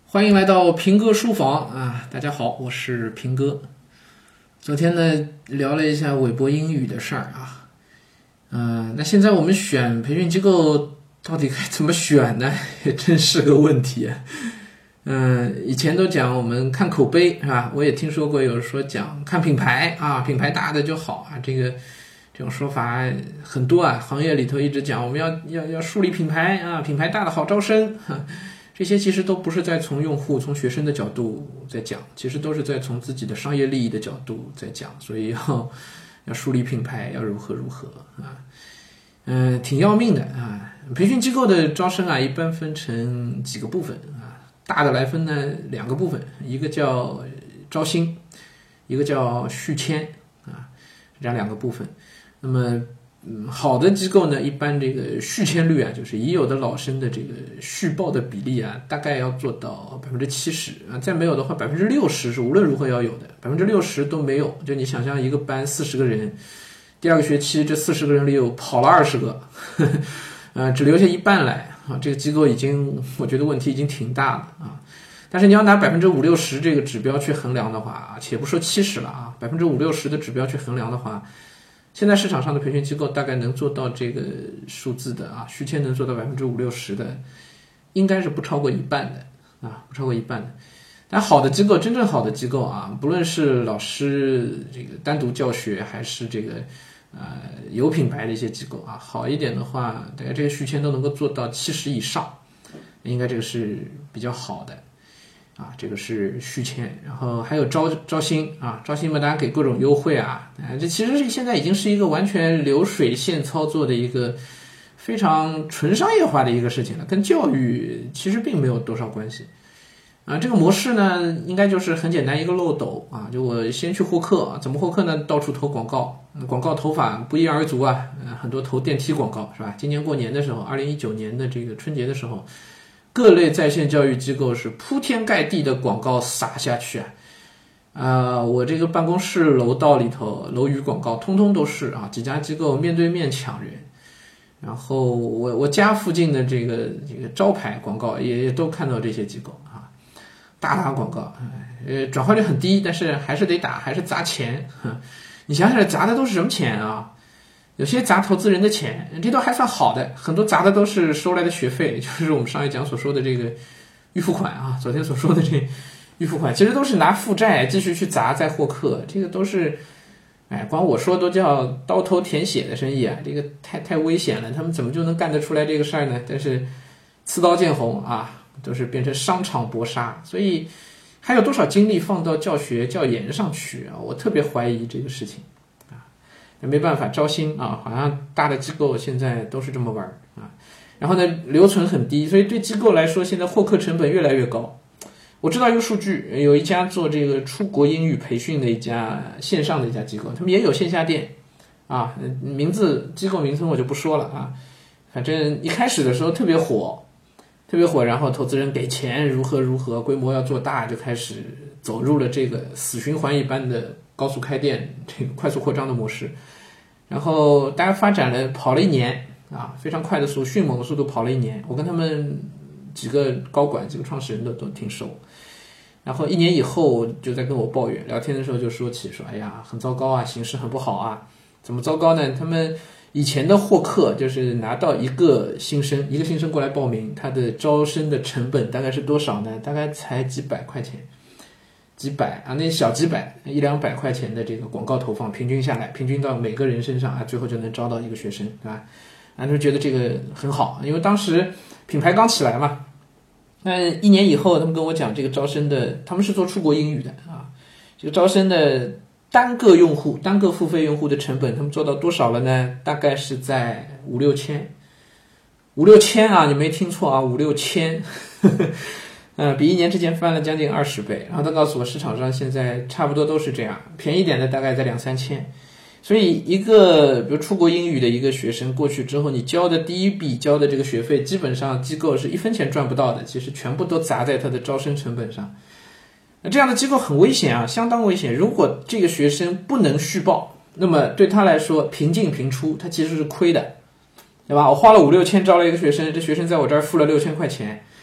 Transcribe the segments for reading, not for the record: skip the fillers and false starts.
欢迎来到平哥书房啊！大家好，我是平哥。昨天呢聊了一下韦博英语的事儿啊，那现在我们选培训机构到底该怎么选呢？也真是个问题。以前都讲我们看口碑是吧？我也听说过有人说讲看品牌啊，品牌大的就好啊，这种说法很多啊，行业里头一直讲我们要树立品牌啊，品牌大的好招生。这些其实都不是在从用户、从学生的角度在讲，其实都是在从自己的商业利益的角度在讲，所以要树立品牌，要如何啊，挺要命的啊。培训机构的招生啊，一般分成几个部分啊，大的来分呢两个部分，一个叫招新，一个叫续签啊，这样两个部分。那么好的机构呢，一般这个续签率啊，就是已有的老生的这个续报的比例啊，大概要做到70%啊，再没有的话60%是无论如何要有的，60%都没有，就你想象一个班40个人，第二个学期这40个人里有跑了20个，只留下一半来啊，这个机构已经我觉得问题已经挺大了啊。但是你要拿50%-60%这个指标去衡量的话啊，且不说70了啊，50%-60%的指标去衡量的话。现在市场上的培训机构大概能做到这个数字的啊，续签能做到50%-60%的，应该是不超过一半的啊，不超过一半的。但好的机构，真正好的机构啊，不论是老师这个单独教学，还是这个有品牌的一些机构啊，好一点的话，大概这个续签都能够做到70以上，应该这个是比较好的。啊，这个是续签，然后还有招新啊，招新嘛，大家给各种优惠啊，这其实是现在已经是一个完全流水线操作的一个非常纯商业化的一个事情了，跟教育其实并没有多少关系啊。这个模式呢，应该就是很简单一个漏斗啊，就我先去获客，怎么获客呢？到处投广告，广告投法不一而足啊，很多投电梯广告是吧？今年过年的时候，2019年的这个春节的时候。各类在线教育机构是铺天盖地的广告撒下去我这个办公室楼道里头楼宇广告通通都是啊，几家机构面对面抢人，然后我家附近的这个招牌广告也都看到这些机构啊，大打广告，转化率很低，但是还是得打，还是砸钱，你想想砸的都是什么钱啊？有些砸投资人的钱，这都还算好的，很多砸的都是收来的学费，就是我们上一讲所说的这个预付款啊，昨天所说的这预付款，其实都是拿负债继续去砸再获客，这个都是，光我说都叫刀头舔血的生意啊，这个太危险了，他们怎么就能干得出来这个事儿呢？但是刺刀见红啊，都是变成商场搏杀，所以还有多少精力放到教学教研上去啊？我特别怀疑这个事情。没办法，招新啊，好像大的机构现在都是这么玩啊。然后呢，留存很低，所以对机构来说，现在获客成本越来越高。我知道一个数据，有一家做这个出国英语培训的一家线上的一家机构，他们也有线下店啊，机构名称我就不说了啊。反正一开始的时候特别火，然后投资人给钱如何，规模要做大，就开始走入了这个死循环一般的高速开店，这个快速扩张的模式。然后大家跑了1年啊，非常快的迅猛的速度跑了1年。我跟他们几个高管、几个创始人都挺熟。然后1年以后就在跟我抱怨，聊天的时候就说哎呀，很糟糕啊，形势很不好啊。怎么糟糕呢？他们以前的获客就是拿到一个新生过来报名，他的招生的成本大概是多少呢？大概才几百块钱。几百啊，那小几百100-200块钱的这个广告投放，平均下来，平均到每个人身上啊，最后就能招到一个学生，对吧？就觉得这个很好，因为当时品牌刚起来嘛。那1年以后，他们跟我讲这个招生的，他们是做出国英语的啊，这个招生的单个付费用户的成本，他们做到多少了呢？大概是在5-6千，5-6千啊，你没听错啊，5-6千。比1年之前翻了将近20倍，然后他告诉我市场上现在差不多都是这样，便宜点的大概在2-3千。所以一个比如出国英语的一个学生过去之后，你交的第一笔交的这个学费，基本上机构是1分钱赚不到的，其实全部都砸在他的招生成本上。这样的机构很危险啊，相当危险。如果这个学生不能续报，那么对他来说平进平出，他其实是亏的，对吧？我花了5-6千招了一个学生，这学生在我这儿付了6000块钱。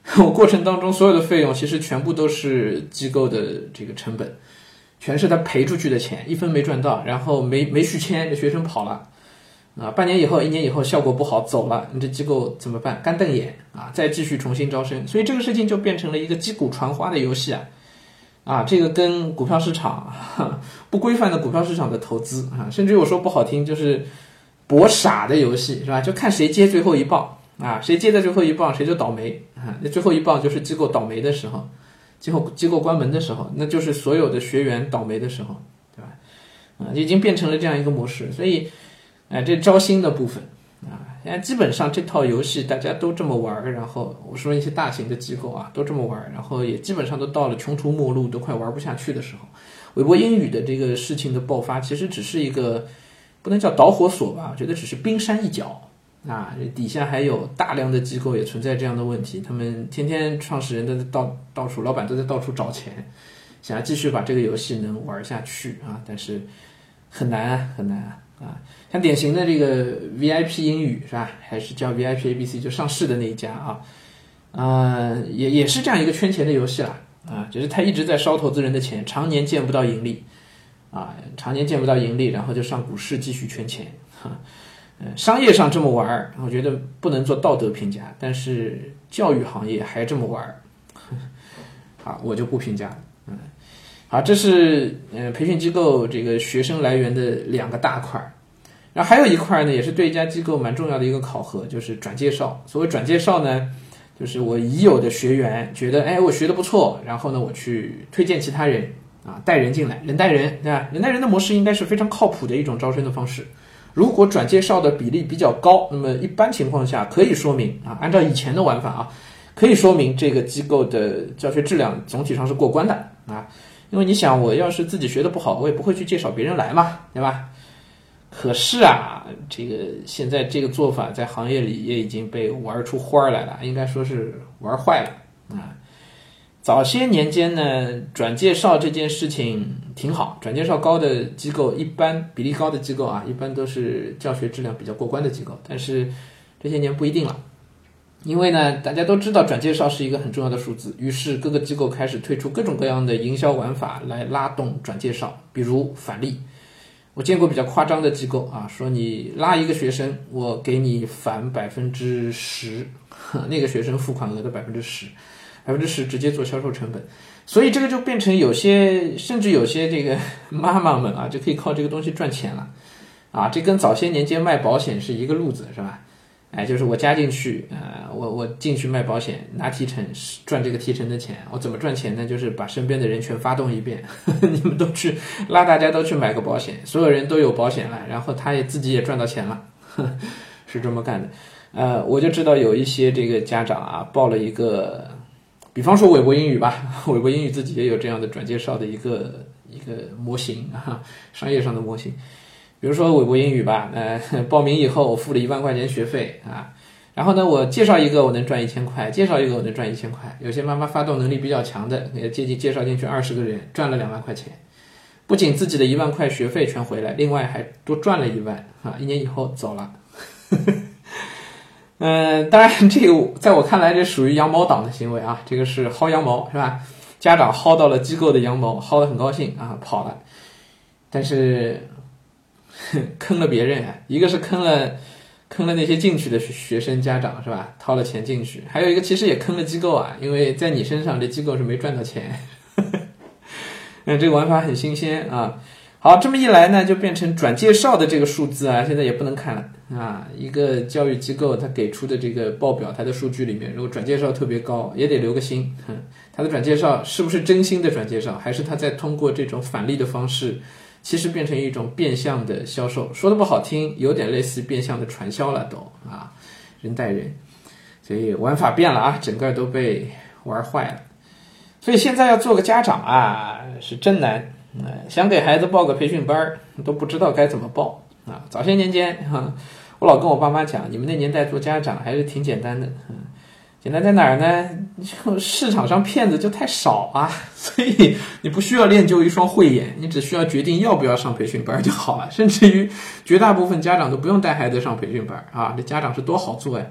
我过程当中所有的费用其实全部都是机构的这个成本，全是他赔出去的钱，一分没赚到，然后没续签，这学生跑了啊，半年以后、1年以后效果不好走了，你这机构怎么办？干瞪眼啊，再继续重新招生，所以这个事情就变成了一个击鼓传花的游戏啊，这个跟股票市场不规范的股票市场的投资啊，甚至于我说不好听就是博傻的游戏是吧？就看谁接最后一棒啊，谁接的最后一棒谁就倒霉啊，那最后一棒就是机构倒霉的时候，机构关门的时候，那就是所有的学员倒霉的时候，对吧？啊，已经变成了这样一个模式，所以这招新的部分啊，现在基本上这套游戏大家都这么玩，然后我说一些大型的机构啊都这么玩，然后也基本上都到了穷途末路，都快玩不下去的时候，韦博英语的这个事情的爆发，其实只是一个不能叫导火索吧，我觉得只是冰山一角啊，底下还有大量的机构也存在这样的问题，他们天天创始人都到处，老板都在到处找钱，想要继续把这个游戏能玩下去啊，但是很难啊，像典型的这个 VIP 英语是吧，还是叫 VIP ABC 就上市的那一家也是这样一个圈钱的游戏啦啊，就是他一直在烧投资人的钱，常年见不到盈利，然后就上股市继续圈钱商业上这么玩，我觉得不能做道德评价，但是教育行业还这么玩我就不评价了好，这是培训机构这个学生来源的2个大块，然后还有一块呢，也是对一家机构蛮重要的一个考核，就是转介绍。所谓转介绍呢，就是我已有的学员觉得，我学的不错，然后呢，我去推荐其他人带人进来，人带人，对吧？人带人的模式应该是非常靠谱的一种招生的方式。如果转介绍的比例比较高，那么一般情况下可以说明按照以前的玩法可以说明这个机构的教学质量总体上是过关的因为你想，我要是自己学的不好，我也不会去介绍别人来嘛，对吧？可是这个现在这个做法在行业里也已经被玩出花来了，应该说是玩坏了早些年间呢，转介绍这件事情挺好，转介绍高的机构一般比例高的机构一般都是教学质量比较过关的机构，但是这些年不一定了。因为呢，大家都知道转介绍是一个很重要的数字，于是各个机构开始推出各种各样的营销玩法来拉动转介绍，比如返利。我见过比较夸张的机构说你拉一个学生，我给你返10%，那个学生付款额的10%直接做销售成本，所以这个就变成甚至有些这个妈妈们就可以靠这个东西赚钱了这跟早些年间卖保险是一个路子，是吧？就是我加进去我进去卖保险，拿提成赚这个提成的钱，我怎么赚钱呢？就是把身边的人全发动一遍你们都去拉大家都去买个保险，所有人都有保险了，然后他自己也赚到钱了是这么干的我就知道有一些这个家长报了一个，比方说韦博英语吧，韦博英语自己也有这样的转介绍的一个模型商业上的模型。比如说韦博英语吧，报名以后我付了1万块钱学费然后呢我介绍一个我能赚1000块，介绍一个我能赚1000块，有些妈妈发动能力比较强的，介绍进去20个人，赚了2万块钱，不仅自己的1万块学费全回来，另外还多赚了1万1年以后走了当然这个在我看来这属于羊毛党的行为这个是薅羊毛，是吧？家长薅到了机构的羊毛，薅得很高兴跑了，但是坑了别人一个是坑了那些进去的学生家长，是吧？掏了钱进去，还有一个其实也坑了机构因为在你身上这机构是没赚到钱这个玩法很新鲜好，这么一来呢，就变成转介绍的这个数字现在也不能看了一个教育机构它给出的这个报表，它的数据里面，如果转介绍特别高，也得留个心它的转介绍是不是真心的转介绍，还是它在通过这种返利的方式，其实变成一种变相的销售，说的不好听，有点类似变相的传销了都人带人，所以玩法变了整个都被玩坏了。所以现在要做个家长是真难想给孩子报个培训班都不知道该怎么报早些年间我老跟我爸妈讲，你们那年代做家长还是挺简单的简单在哪儿呢？就市场上骗子就太少所以你不需要练就一双慧眼，你只需要决定要不要上培训班就好了。甚至于绝大部分家长都不用带孩子上培训班这家长是多好做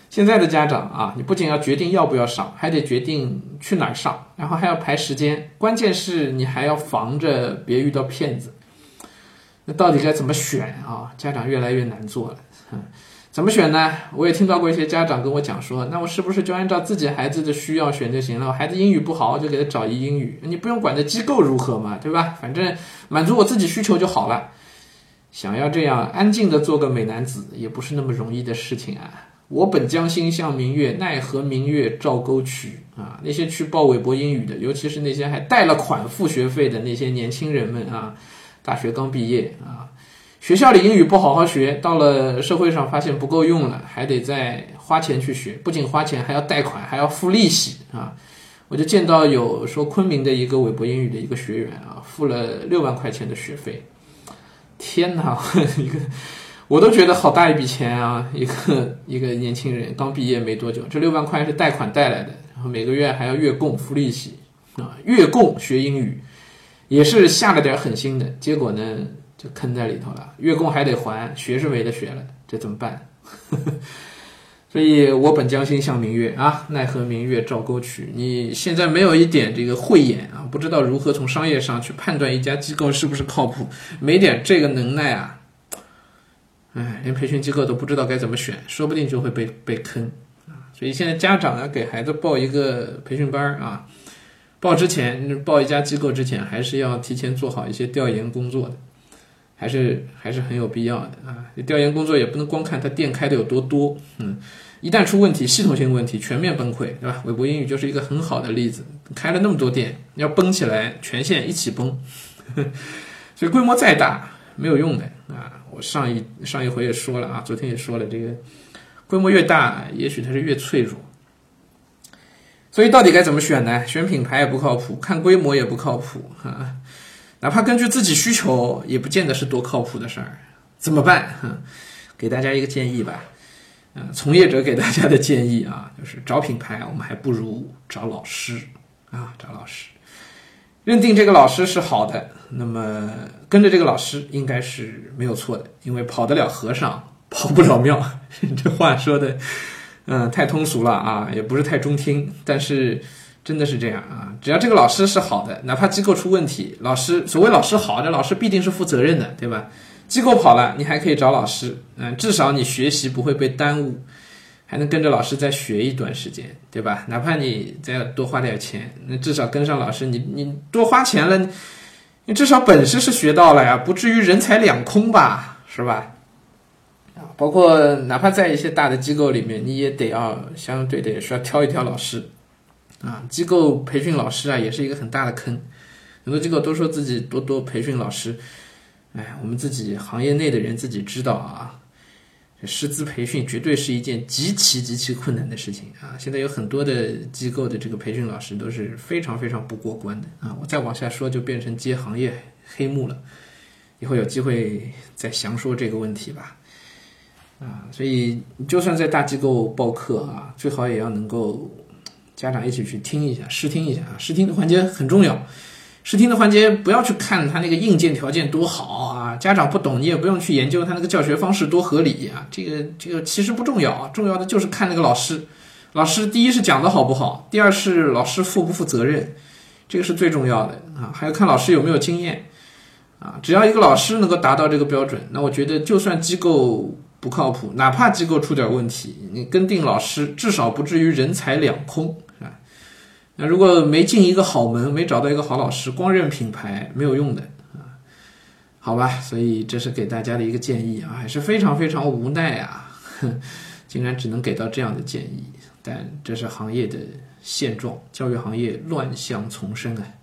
现在的家长啊，你不仅要决定要不要上，还得决定去哪儿上，然后还要排时间，关键是你还要防着别遇到骗子。那到底该怎么选啊？家长越来越难做了。怎么选呢？我也听到过一些家长跟我讲说，那我是不是就按照自己孩子的需要选就行了？孩子英语不好，就给他找一英语，你不用管这机构如何嘛，对吧？反正满足我自己需求就好了。想要这样安静的做个美男子，也不是那么容易的事情啊。我本将心向明月，奈何明月照沟渠啊！那些去报韦博英语的，尤其是那些还贷了款付学费的那些年轻人们啊，大学刚毕业啊，学校里英语不好好学，到了社会上发现不够用了，还得再花钱去学，不仅花钱还要贷款，还要付利息啊！我就见到有说昆明的一个韦博英语的一个学员啊，付了6万块钱的学费，天哪，我都觉得好大一笔钱啊！一个年轻人刚毕业没多久，这6万块是贷款贷来的，然后每个月还要月供付利息啊，月供学英语也是下了点狠心的，结果呢就坑在里头了，月供还得还，学是没得学了，这怎么办？所以我本将心向明月啊，奈何明月照沟渠。你现在没有一点这个慧眼啊，不知道如何从商业上去判断一家机构是不是靠谱，没点这个能耐啊，连培训机构都不知道该怎么选，说不定就会被坑啊。所以现在家长啊，给孩子报一个培训班啊，报一家机构之前，还是要提前做好一些调研工作的。还是很有必要的啊！调研工作也不能光看他店开的有多多，一旦出问题，系统性问题全面崩溃，对吧？韦博英语就是一个很好的例子，开了那么多店，要崩起来，全线一起崩，所以规模再大没有用的啊！我上一回也说了啊，昨天也说了，这个规模越大，也许它是越脆弱。所以到底该怎么选呢？选品牌也不靠谱，看规模也不靠谱啊！哪怕根据自己需求，也不见得是多靠谱的事儿，怎么办？给大家一个建议吧，从业者给大家的建议啊，就是找品牌，我们还不如找老师啊，找老师，认定这个老师是好的，那么跟着这个老师应该是没有错的，因为跑得了和尚跑不了庙，这话说的，太通俗了啊，也不是太中听，但是真的是这样啊！只要这个老师是好的，哪怕机构出问题，所谓老师好，这老师必定是负责任的，对吧？机构跑了，你还可以找老师，至少你学习不会被耽误，还能跟着老师再学一段时间，对吧？哪怕你再多花点钱，那至少跟上老师，你多花钱了，你至少本事是学到了呀，不至于人财两空吧，是吧？包括哪怕在一些大的机构里面，你也得要相对的也是要挑一挑老师。机构培训老师啊，也是一个很大的坑。很多机构都说自己多培训老师，我们自己行业内的人自己知道啊，师资培训绝对是一件极其困难的事情啊。现在有很多的机构的这个培训老师都是非常非常不过关的啊。我再往下说就变成揭行业黑幕了，以后有机会再详说这个问题吧。所以就算在大机构报课啊，最好也要能够家长一起去听一下，试听一下啊，试听的环节很重要。试听的环节不要去看他那个硬件条件多好啊，家长不懂，你也不用去研究他那个教学方式多合理啊，这个其实不重要啊，重要的就是看那个老师。老师第一是讲的好不好，第二是老师负不负责任，这个是最重要的啊。还有看老师有没有经验啊，只要一个老师能够达到这个标准，那我觉得就算机构不靠谱，哪怕机构出点问题，你跟定老师至少不至于人财两空啊。那如果没进一个好门，没找到一个好老师，光认品牌没有用的啊。好吧，所以这是给大家的一个建议啊，还是非常非常无奈啊，竟然只能给到这样的建议，但这是行业的现状，教育行业乱象丛生啊。